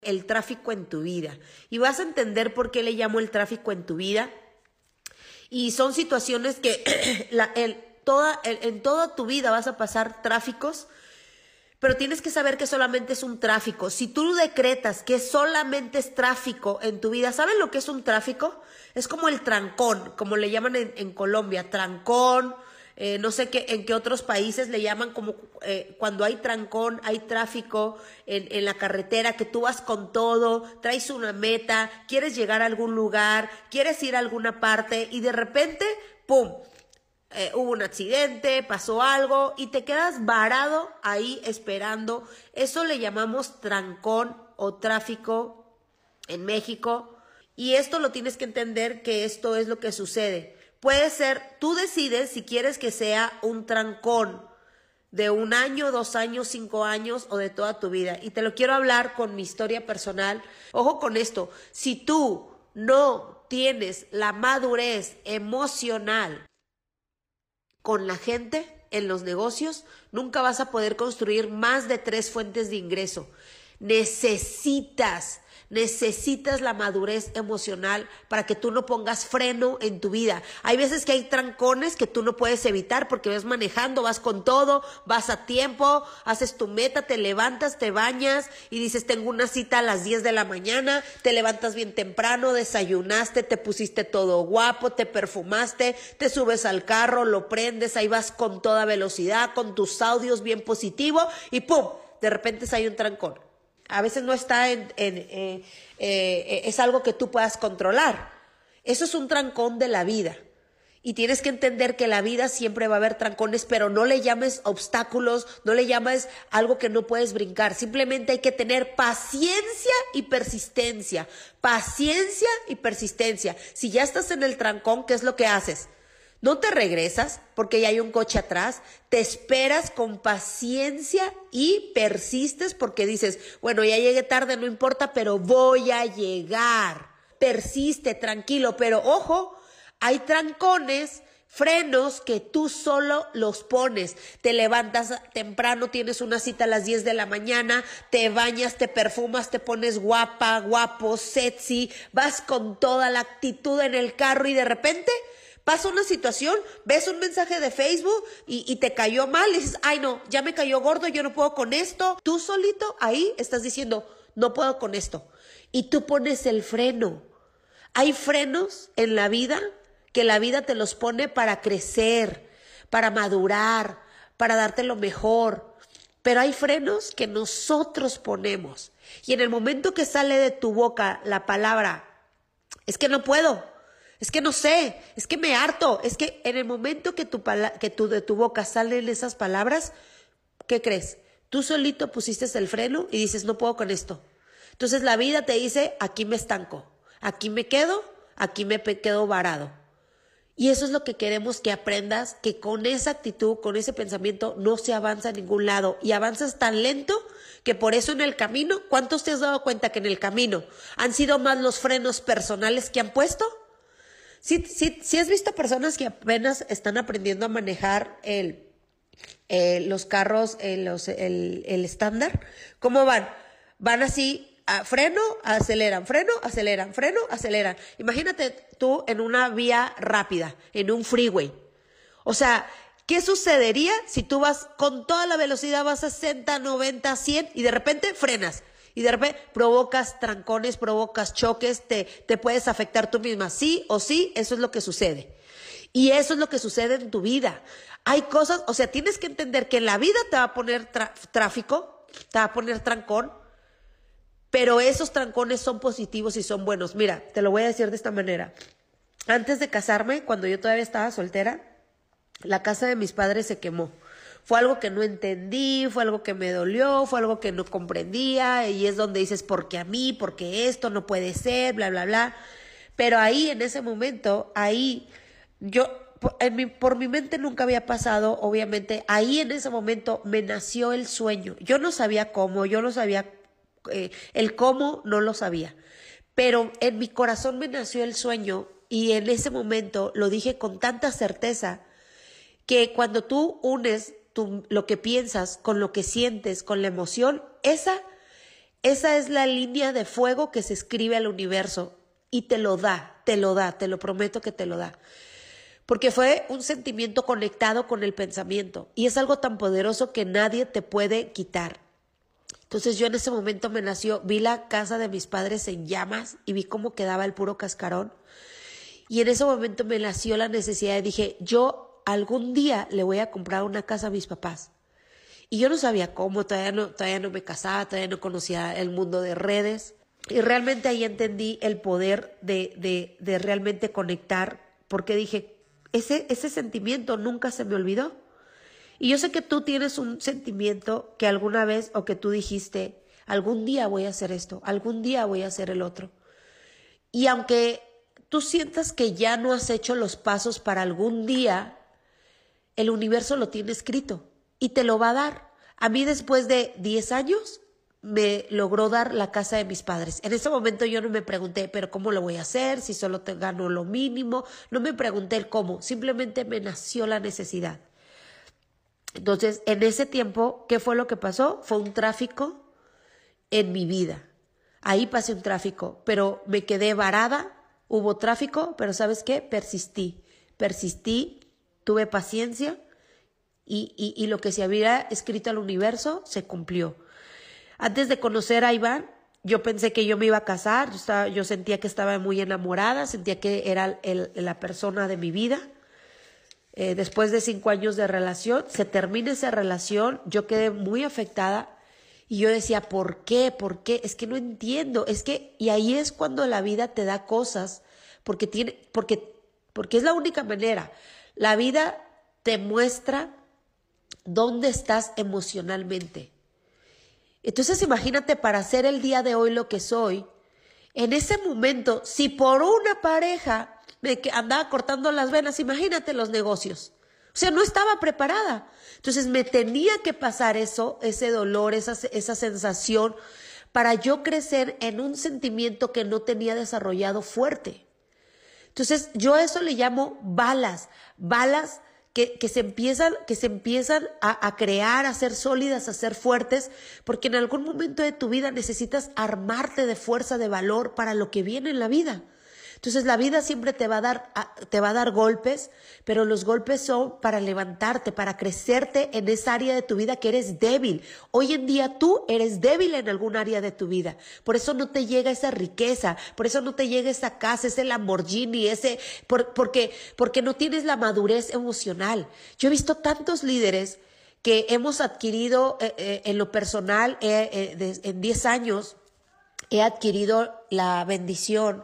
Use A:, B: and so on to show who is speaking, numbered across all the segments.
A: el tráfico en tu vida. Y vas a entender por qué le llamo el tráfico en tu vida. Y son situaciones que en toda tu vida vas a pasar tráficos, pero tienes que saber que solamente es un tráfico. Si tú decretas que solamente es tráfico en tu vida, ¿saben lo que es un tráfico? Es como el trancón, como le llaman en Colombia, trancón. No sé en qué otros países le llaman como cuando hay trancón, hay tráfico en la carretera, que tú vas con todo, traes una meta, quieres llegar a algún lugar, quieres ir a alguna parte y de repente, ¡pum!, hubo un accidente, pasó algo y te quedas varado ahí esperando. Eso le llamamos trancón o tráfico en México. Y esto lo tienes que entender, que esto es lo que sucede. Puede ser, tú decides si quieres que sea un trancón de 1 año, 2 años, 5 años o de toda tu vida. Y te lo quiero hablar con mi historia personal. Ojo con esto, si tú no tienes la madurez emocional con la gente en los negocios, nunca vas a poder construir más de 3 fuentes de ingreso. Necesitas la madurez emocional para que tú no pongas freno en tu vida. Hay veces que hay trancones que tú no puedes evitar porque vas manejando, vas con todo, vas a tiempo, haces tu meta, te levantas, te bañas y dices tengo una cita a las 10 de la mañana, te levantas bien temprano, desayunaste, te pusiste todo guapo, te perfumaste, te subes al carro, lo prendes, ahí vas con toda velocidad, con tus audios bien positivo y ¡pum!, de repente hay un trancón. A veces no está es algo que tú puedas controlar. Eso es un trancón de la vida. Y tienes que entender que la vida siempre va a haber trancones, pero no le llames obstáculos, no le llames algo que no puedes brincar. Simplemente hay que tener paciencia y persistencia. Paciencia y persistencia. Si ya estás en el trancón, ¿qué es lo que haces? No te regresas porque ya hay un coche atrás, te esperas con paciencia y persistes porque dices, bueno, ya llegué tarde, no importa, pero voy a llegar. Persiste, tranquilo, pero ojo, hay trancones, frenos que tú solo los pones. Te levantas temprano, tienes una cita a las 10 de la mañana, te bañas, te perfumas, te pones guapa, guapo, sexy, vas con toda la actitud en el carro y de repente pasa una situación, ves un mensaje de Facebook y te cayó mal y dices, ay no, ya me cayó gordo, yo no puedo con esto. Tú solito ahí estás diciendo, no puedo con esto. Y tú pones el freno. Hay frenos en la vida que la vida te los pone para crecer, para madurar, para darte lo mejor. Pero hay frenos que nosotros ponemos. Y en el momento que sale de tu boca la palabra, es que no puedo, es que no sé, es que me harto, es que en el momento que de tu boca salen esas palabras, ¿qué crees? Tú solito pusiste el freno y dices, no puedo con esto. Entonces la vida te dice, aquí me estanco, aquí me quedo varado. Y eso es lo que queremos que aprendas, que con esa actitud, con ese pensamiento, no se avanza a ningún lado. Y avanzas tan lento que por eso en el camino, ¿cuántos te has dado cuenta que en el camino han sido más los frenos personales que han puesto? Sí has visto personas que apenas están aprendiendo a manejar los carros, el estándar. ¿Cómo van? Van así, freno, aceleran, freno, aceleran, freno, aceleran. Imagínate tú en una vía rápida, en un freeway. O sea, ¿qué sucedería si tú vas con toda la velocidad, vas a 60, 90, 100 y de repente frenas? Y de repente provocas trancones, provocas choques, te puedes afectar tú misma. Sí o sí, eso es lo que sucede. Y eso es lo que sucede en tu vida. Hay cosas, o sea, tienes que entender que en la vida te va a poner tráfico, te va a poner trancón, pero esos trancones son positivos y son buenos. Mira, te lo voy a decir de esta manera. Antes de casarme, cuando yo todavía estaba soltera, la casa de mis padres se quemó. Fue algo que no entendí, fue algo que me dolió, fue algo que no comprendía y es donde dices, ¿por qué a mí? ¿Por qué esto? No puede ser, bla, bla, bla. Pero ahí, en ese momento, ahí, por mi mente nunca había pasado, obviamente, ahí en ese momento me nació el sueño. Yo no sabía cómo, yo no sabía, el cómo no lo sabía, pero en mi corazón me nació el sueño y en ese momento lo dije con tanta certeza que cuando tú unes lo que piensas con lo que sientes, con la emoción, Esa es la línea de fuego que se escribe al universo y te lo da, te lo prometo que te lo da. Porque fue un sentimiento conectado con el pensamiento y es algo tan poderoso que nadie te puede quitar. Entonces yo en ese momento me nació, vi la casa de mis padres en llamas y vi cómo quedaba el puro cascarón. Y en ese momento me nació la necesidad y dije, yo algún día le voy a comprar una casa a mis papás. Y yo no sabía cómo, todavía no me casaba, todavía no conocía el mundo de redes. Y realmente ahí entendí el poder de realmente conectar, porque dije, ese sentimiento nunca se me olvidó. Y yo sé que tú tienes un sentimiento que alguna vez o que tú dijiste, algún día voy a hacer esto, algún día voy a hacer el otro. Y aunque tú sientas que ya no has hecho los pasos para algún día, el universo lo tiene escrito y te lo va a dar. A mí después de 10 años me logró dar la casa de mis padres. En ese momento yo no me pregunté, pero ¿cómo lo voy a hacer? Si solo te gano lo mínimo. No me pregunté el cómo, simplemente me nació la necesidad. Entonces, en ese tiempo, ¿qué fue lo que pasó? Fue un tráfico en mi vida. Ahí pasé un tráfico, pero me quedé varada, hubo tráfico, pero ¿sabes qué? Persistí, tuve paciencia y lo que se había escrito al universo se cumplió. Antes de conocer a Iván, yo pensé que yo me iba a casar, yo sentía que estaba muy enamorada, sentía que era la persona de mi vida. Después de 5 años de relación, se termina esa relación, yo quedé muy afectada y yo decía, ¿por qué? ¿Por qué? Es que no entiendo, y ahí es cuando la vida te da cosas, porque es la única manera. La vida te muestra dónde estás emocionalmente. Entonces imagínate, para ser el día de hoy lo que soy, en ese momento, si por una pareja me andaba cortando las venas, imagínate los negocios. O sea, no estaba preparada. Entonces me tenía que pasar eso, ese dolor, esa sensación, para yo crecer en un sentimiento que no tenía desarrollado fuerte. Entonces yo a eso le llamo balas que se empiezan a crear, a ser sólidas, a ser fuertes, porque en algún momento de tu vida necesitas armarte de fuerza, de valor para lo que viene en la vida. Entonces la vida siempre te va a dar golpes, pero los golpes son para levantarte, para crecerte en esa área de tu vida que eres débil. Hoy en día tú eres débil en algún área de tu vida. Por eso no te llega esa riqueza, por eso no te llega esa casa, ese Lamborghini, porque no tienes la madurez emocional. Yo he visto tantos líderes que hemos adquirido en lo personal, en 10 años, he adquirido la bendición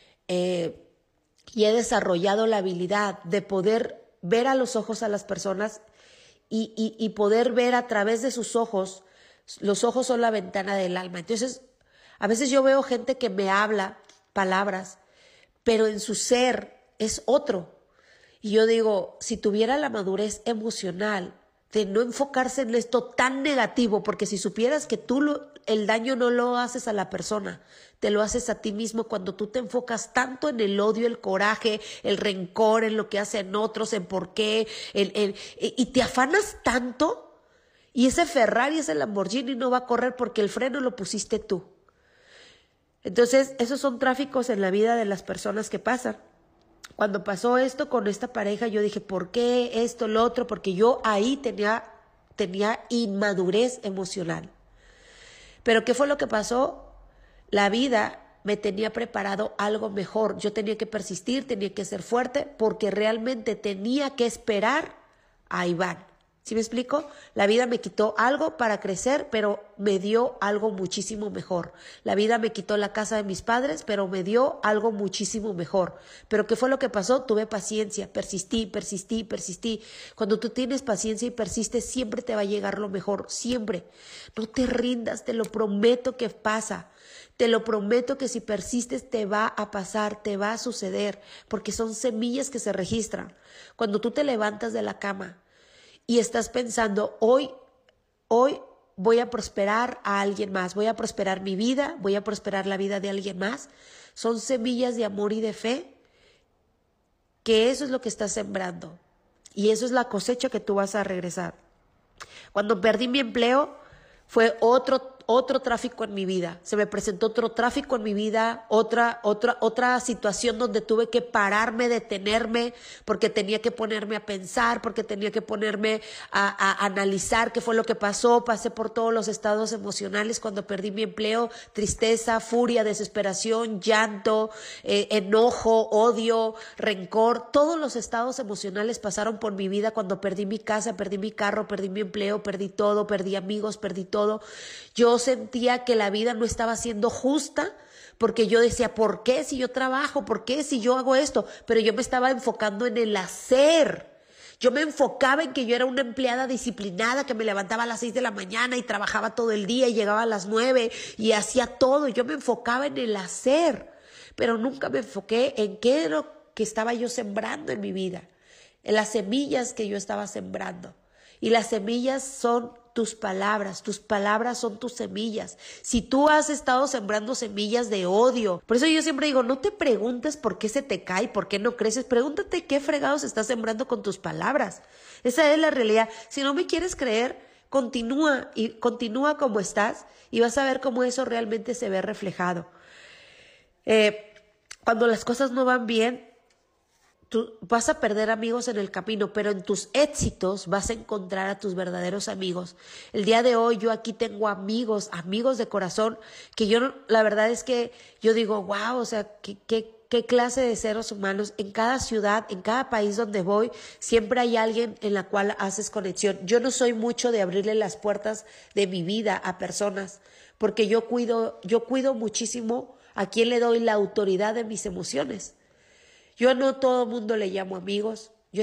A: y he desarrollado la habilidad de poder ver a los ojos a las personas y poder ver a través de sus ojos. Los ojos son la ventana del alma. Entonces, a veces yo veo gente que me habla palabras, pero en su ser es otro. Y yo digo, si tuviera la madurez emocional de no enfocarse en esto tan negativo, porque si supieras que el daño no lo haces a la persona, te lo haces a ti mismo cuando tú te enfocas tanto en el odio, el coraje, el rencor, en lo que hacen otros, en por qué, y te afanas tanto, y ese Ferrari, ese Lamborghini no va a correr porque el freno lo pusiste tú. Entonces, esos son tráficos en la vida de las personas que pasan. Cuando pasó esto con esta pareja, yo dije, ¿por qué esto, lo otro? Porque yo ahí tenía inmadurez emocional. Pero ¿qué fue lo que pasó? La vida me tenía preparado algo mejor. Yo tenía que persistir, tenía que ser fuerte, porque realmente tenía que esperar a Iván. ¿Sí me explico? La vida me quitó algo para crecer, pero me dio algo muchísimo mejor. La vida me quitó la casa de mis padres, pero me dio algo muchísimo mejor. ¿Pero qué fue lo que pasó? Tuve paciencia, persistí. Cuando tú tienes paciencia y persistes, siempre te va a llegar lo mejor, siempre. No te rindas, te lo prometo que pasa. Te lo prometo que si persistes te va a pasar, te va a suceder, porque son semillas que se registran. Cuando tú te levantas de la cama y estás pensando, hoy voy a prosperar a alguien más, voy a prosperar mi vida, voy a prosperar la vida de alguien más. Son semillas de amor y de fe, que eso es lo que estás sembrando. Y eso es la cosecha que tú vas a regresar. Cuando perdí mi empleo, fue otro otro tráfico en mi vida, se me presentó otro tráfico en mi vida, otra situación donde tuve que pararme, detenerme, porque tenía que ponerme a pensar, porque tenía que ponerme a analizar qué fue lo que pasó. Pasé por todos los estados emocionales cuando perdí mi empleo: tristeza, furia, desesperación, llanto, enojo, odio, rencor. Todos los estados emocionales pasaron por mi vida cuando perdí mi casa, perdí mi carro, perdí mi empleo, perdí todo, perdí amigos, perdí todo. Yo sentía que la vida no estaba siendo justa, porque yo decía, ¿por qué si yo trabajo? ¿Por qué si yo hago esto? Pero yo me estaba enfocando en el hacer. Yo me enfocaba en que yo era una empleada disciplinada, que me levantaba a las 6 de la mañana y trabajaba todo el día y llegaba a las 9 y hacía todo. Yo me enfocaba en el hacer, pero nunca me enfoqué en qué era lo que estaba yo sembrando en mi vida, en las semillas que yo estaba sembrando. Y las semillas son tus palabras son tus semillas. Si tú has estado sembrando semillas de odio, por eso yo siempre digo, no te preguntes por qué se te cae, por qué no creces, pregúntate qué fregados estás sembrando con tus palabras. Esa es la realidad. Si no me quieres creer, continúa como estás y vas a ver cómo eso realmente se ve reflejado. Cuando las cosas no van bien, tú vas a perder amigos en el camino, pero en tus éxitos vas a encontrar a tus verdaderos amigos. El día de hoy yo aquí tengo amigos de corazón, que yo, la verdad es que yo digo, wow, o sea, qué clase de seres humanos. En cada ciudad, en cada país donde voy, siempre hay alguien en la cual haces conexión. Yo no soy mucho de abrirle las puertas de mi vida a personas, porque yo cuido muchísimo a quien le doy la autoridad de mis emociones. Yo no todo el mundo le llamo amigos. Yo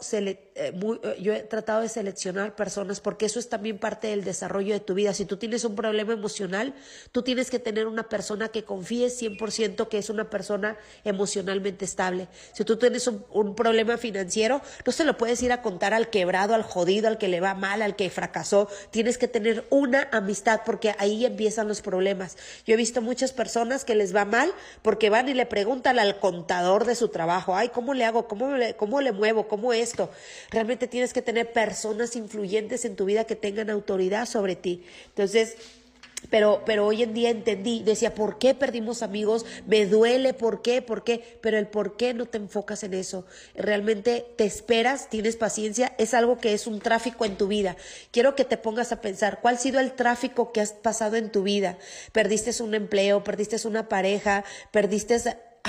A: he tratado de seleccionar personas, porque eso es también parte del desarrollo de tu vida. Si tú tienes un problema emocional, tú tienes que tener una persona que confíes 100% que es una persona emocionalmente estable. Si tú tienes un problema financiero, no se lo puedes ir a contar al quebrado, al jodido, al que le va mal, al que fracasó. Tienes que tener una amistad, porque ahí empiezan los problemas. Yo he visto muchas personas que les va mal porque van y le preguntan al contador de su trabajo, ay, ¿cómo le hago? ¿Cómo le muevo? ¿Cómo esto? Realmente tienes que tener personas influyentes en tu vida que tengan autoridad sobre ti. Entonces, pero hoy en día entendí, decía, ¿por qué perdimos amigos? Me duele, ¿por qué? Pero el por qué no te enfocas en eso. Realmente te esperas, tienes paciencia, es algo que es un tráfico en tu vida. Quiero que te pongas a pensar, ¿cuál ha sido el tráfico que has pasado en tu vida? Perdiste un empleo, perdiste una pareja, perdiste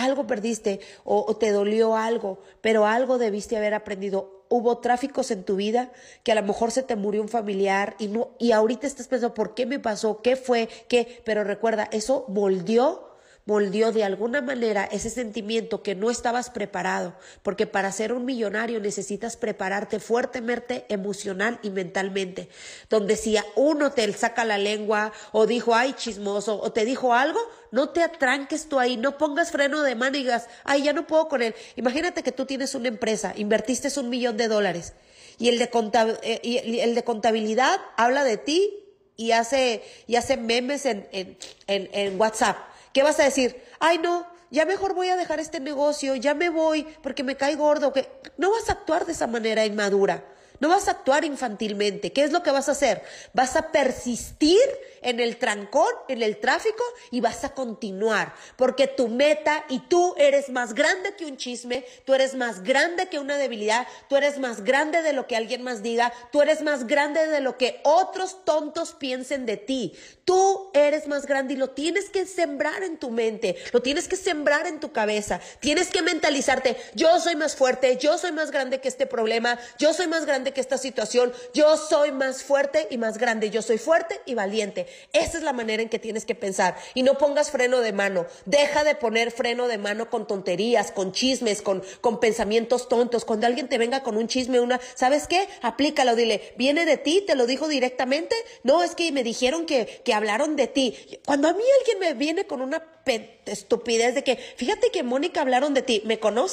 A: o te dolió algo, pero algo debiste haber aprendido. Hubo tráficos en tu vida que a lo mejor se te murió un familiar y ahorita estás pensando, ¿por qué me pasó? ¿Qué fue? ¿Qué? Pero recuerda, eso moldeó de alguna manera ese sentimiento que no estabas preparado, porque para ser un millonario necesitas prepararte fuertemente emocional y mentalmente, donde si a uno te saca la lengua o dijo, ay, chismoso, o te dijo algo, no te atranques tú ahí, no pongas freno de mano y digas, ay, ya no puedo con él. Imagínate que tú tienes una empresa, invertiste $1 millón y el de contabilidad habla de ti y hace memes en WhatsApp. ¿Qué vas a decir? Ay, no, ya mejor voy a dejar este negocio, ya me voy porque me cae gordo. No vas a actuar de esa manera inmadura, no vas a actuar infantilmente. ¿Qué es lo que vas a hacer? Vas a persistir en el trancón, en el tráfico, y vas a continuar, porque tu meta y tú eres más grande que un chisme, tú eres más grande que una debilidad, tú eres más grande de lo que alguien más diga, tú eres más grande de lo que otros tontos piensen de ti. Tú eres más grande y lo tienes que sembrar en tu mente, lo tienes que sembrar en tu cabeza, tienes que mentalizarte, yo soy más fuerte, yo soy más grande que este problema, yo soy más grande que esta situación, yo soy más fuerte y más grande, yo soy fuerte y valiente. Esa es la manera en que tienes que pensar, y no pongas freno de mano. Deja de poner freno de mano con tonterías, con chismes, con pensamientos tontos. Cuando alguien te venga con un chisme, ¿sabes qué? Aplícalo, dile, ¿viene de ti? ¿Te lo dijo directamente? No, es que me dijeron que hablaron de ti. Cuando a mí alguien me viene con una estupidez de que, fíjate que Mónica hablaron de ti, ¿me conoce?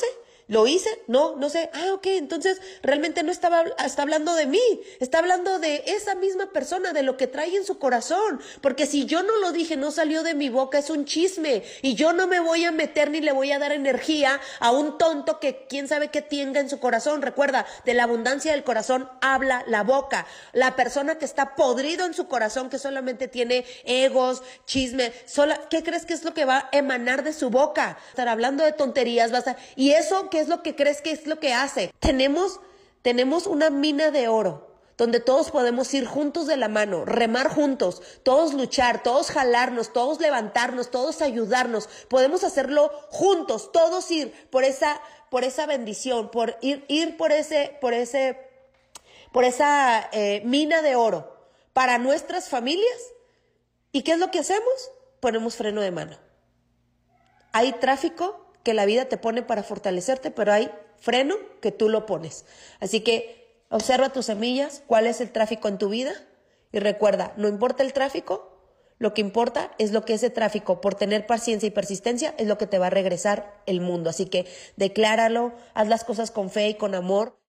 A: ¿Lo hice? No, no sé. Ah, ok, entonces realmente no está hablando de mí, está hablando de esa misma persona, de lo que trae en su corazón. Porque si yo no lo dije, no salió de mi boca, es un chisme. Y yo no me voy a meter ni le voy a dar energía a un tonto que quién sabe qué tenga en su corazón. Recuerda, de la abundancia del corazón habla la boca. La persona que está podrido en su corazón, que solamente tiene egos, chisme, ¿qué crees que es lo que va a emanar de su boca? Estar hablando de tonterías, y eso, ¿qué es lo que crees que es lo que hace? Tenemos una mina de oro donde todos podemos ir juntos de la mano, remar juntos, todos luchar, todos jalarnos, todos levantarnos, todos ayudarnos. Podemos hacerlo juntos, todos ir por esa bendición, por ir por esa mina de oro para nuestras familias. ¿Y qué es lo que hacemos? Ponemos freno de mano. Hay tráfico que la vida te pone para fortalecerte, pero hay freno que tú lo pones. Así que observa tus semillas, cuál es el tráfico en tu vida y recuerda, no importa el tráfico, lo que importa es lo que ese tráfico, por tener paciencia y persistencia, es lo que te va a regresar el mundo. Así que decláralo, haz las cosas con fe y con amor.